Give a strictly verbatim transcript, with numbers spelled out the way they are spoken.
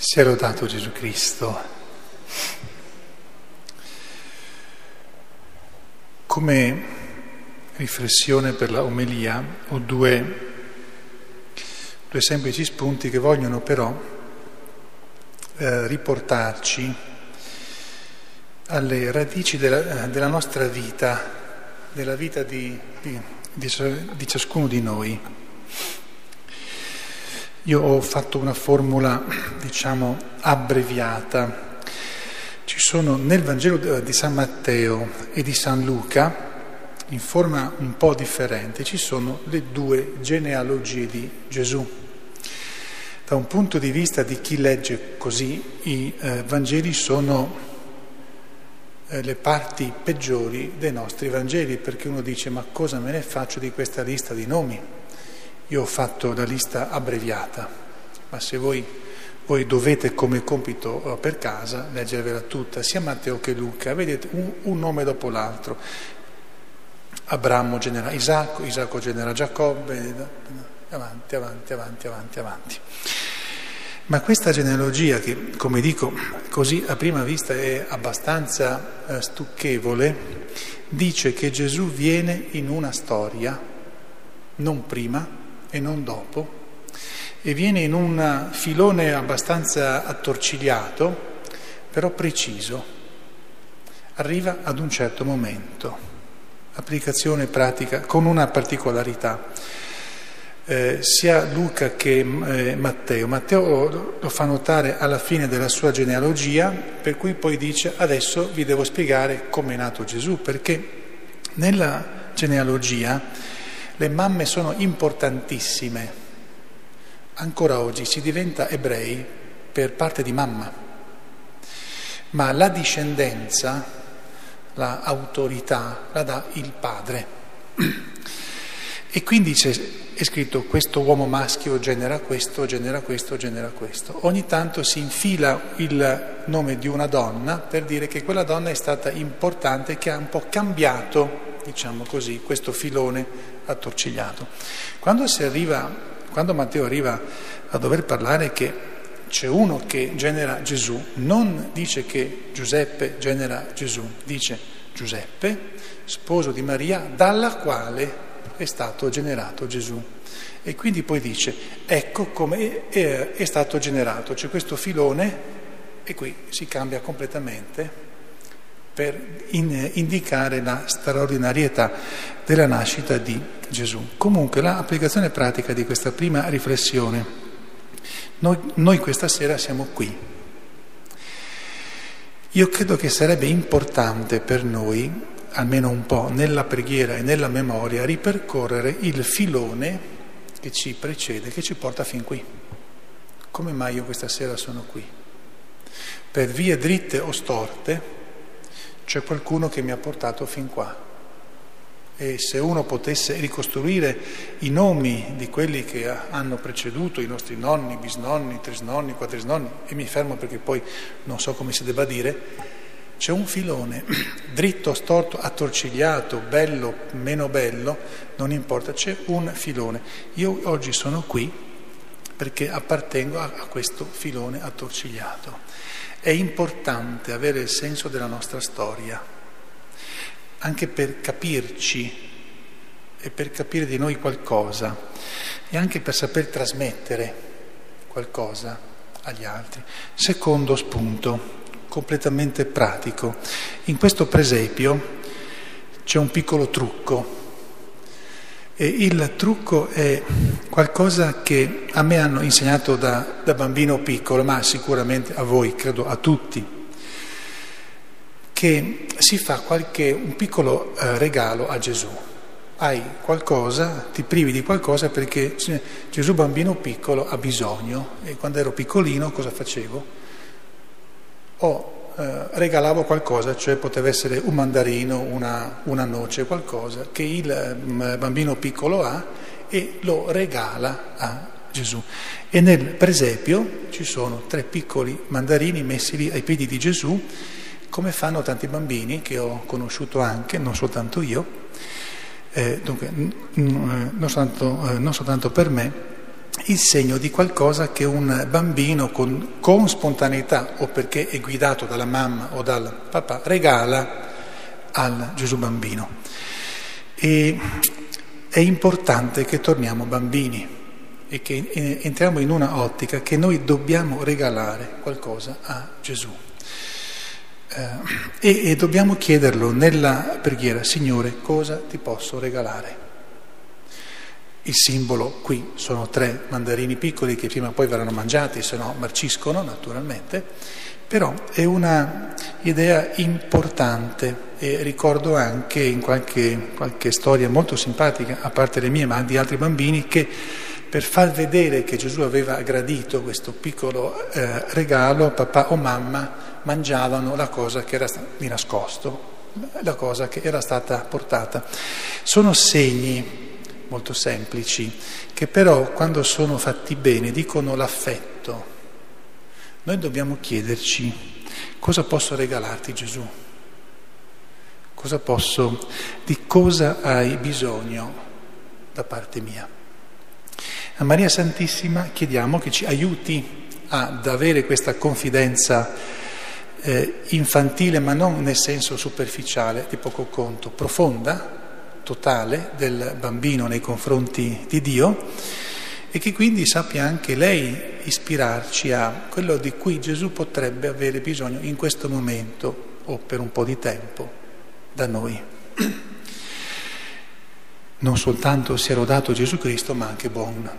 Sia lodato Gesù Cristo. Come riflessione per la omelia ho due, due semplici spunti che vogliono però eh, riportarci alle radici della, della nostra vita, della vita di, di, di, di ciascuno di noi. Io ho fatto una formula, diciamo, abbreviata. Ci sono nel Vangelo di San Matteo e di San Luca, in forma un po' differente, ci sono le due genealogie di Gesù. Da un punto di vista di chi legge così, i eh, Vangeli sono eh, le parti peggiori dei nostri Vangeli, perché uno dice: ma cosa me ne faccio di questa lista di nomi? Io ho fatto la lista abbreviata, ma se voi, voi dovete come compito per casa leggervela tutta, sia Matteo che Luca, vedete un, un nome dopo l'altro. Abramo genera Isacco, Isacco genera Giacobbe, avanti, avanti, avanti, avanti, avanti. Ma questa genealogia, che come dico così a prima vista è abbastanza eh, stucchevole, dice che Gesù viene in una storia, non prima e non dopo, e viene in un filone abbastanza attorcigliato, però preciso. Arriva ad un certo momento, applicazione pratica con una particolarità. Eh, sia Luca che eh, Matteo. Matteo lo, lo fa notare alla fine della sua genealogia, per cui poi dice: adesso vi devo spiegare come è nato Gesù, perché nella genealogia le mamme sono importantissime. Ancora oggi si diventa ebrei per parte di mamma, ma la discendenza, la autorità la dà il padre. E quindi c'è, è scritto: questo uomo maschio genera questo, genera questo, genera questo. Ogni tanto si infila il nome di una donna per dire che quella donna è stata importante, che ha un po' cambiato, diciamo così, questo filone attorcigliato. Quando si arriva, quando Matteo arriva a dover parlare che c'è uno che genera Gesù, non dice che Giuseppe genera Gesù, dice Giuseppe, sposo di Maria, dalla quale è stato generato Gesù. E quindi poi dice: ecco come è, è stato generato, c'è questo filone, e qui si cambia completamente per in, indicare la straordinarietà della nascita di Gesù. Comunque l'applicazione pratica di questa prima riflessione, noi, noi questa sera siamo qui. Io credo che sarebbe importante per noi, almeno un po' nella preghiera e nella memoria, ripercorrere il filone che ci precede, che ci porta fin qui. Come mai io questa sera sono qui? Per vie dritte o storte c'è qualcuno che mi ha portato fin qua, e se uno potesse ricostruire i nomi di quelli che hanno preceduto, i nostri nonni, bisnonni, trisnonni, quattrisnonni, e mi fermo perché poi non so come si debba dire, c'è un filone, dritto, storto, attorcigliato, bello, meno bello, non importa, c'è un filone. Io oggi sono qui perché appartengo a, a questo filone attorcigliato. È importante avere il senso della nostra storia, anche per capirci e per capire di noi qualcosa, e anche per saper trasmettere qualcosa agli altri. Secondo spunto, completamente pratico. In questo presepio c'è un piccolo trucco, e il trucco è qualcosa che a me hanno insegnato da, da bambino piccolo, ma sicuramente a voi, credo a tutti, che si fa qualche, un piccolo eh, regalo a Gesù. Hai qualcosa, ti privi di qualcosa perché Gesù bambino piccolo ha bisogno, e quando ero piccolino cosa facevo? Ho Eh, regalavo qualcosa, cioè poteva essere un mandarino, una, una noce, qualcosa che il eh, bambino piccolo ha e lo regala a Gesù. E nel presepio ci sono tre piccoli mandarini messi lì ai piedi di Gesù, come fanno tanti bambini che ho conosciuto anche, non soltanto io, eh, dunque n- n- non, soltanto, eh, non soltanto per me, il segno di qualcosa che un bambino con, con spontaneità, o perché è guidato dalla mamma o dal papà, regala al Gesù bambino. E è importante che torniamo bambini e che entriamo in una ottica che noi dobbiamo regalare qualcosa a Gesù. Eh, e, e dobbiamo chiederlo nella preghiera: Signore, cosa ti posso regalare? Il simbolo qui sono tre mandarini piccoli che prima o poi verranno mangiati, se no marciscono naturalmente, però è una idea importante. E ricordo anche in qualche, qualche storia molto simpatica, a parte le mie, ma di altri bambini, che per far vedere che Gesù aveva gradito questo piccolo eh, regalo, papà o mamma mangiavano la cosa che era stata di nascosto, la cosa che era stata portata. Sono segni molto semplici, che però quando sono fatti bene dicono l'affetto. Noi dobbiamo chiederci: cosa posso regalarti, Gesù? Cosa posso, di cosa hai bisogno da parte mia? A Maria Santissima chiediamo che ci aiuti ad avere questa confidenza eh, infantile, ma non nel senso superficiale, di poco conto, profonda, totale del bambino nei confronti di Dio, e che quindi sappia anche lei ispirarci a quello di cui Gesù potrebbe avere bisogno in questo momento o per un po' di tempo da noi. Non soltanto sia lodato Gesù Cristo, ma anche buon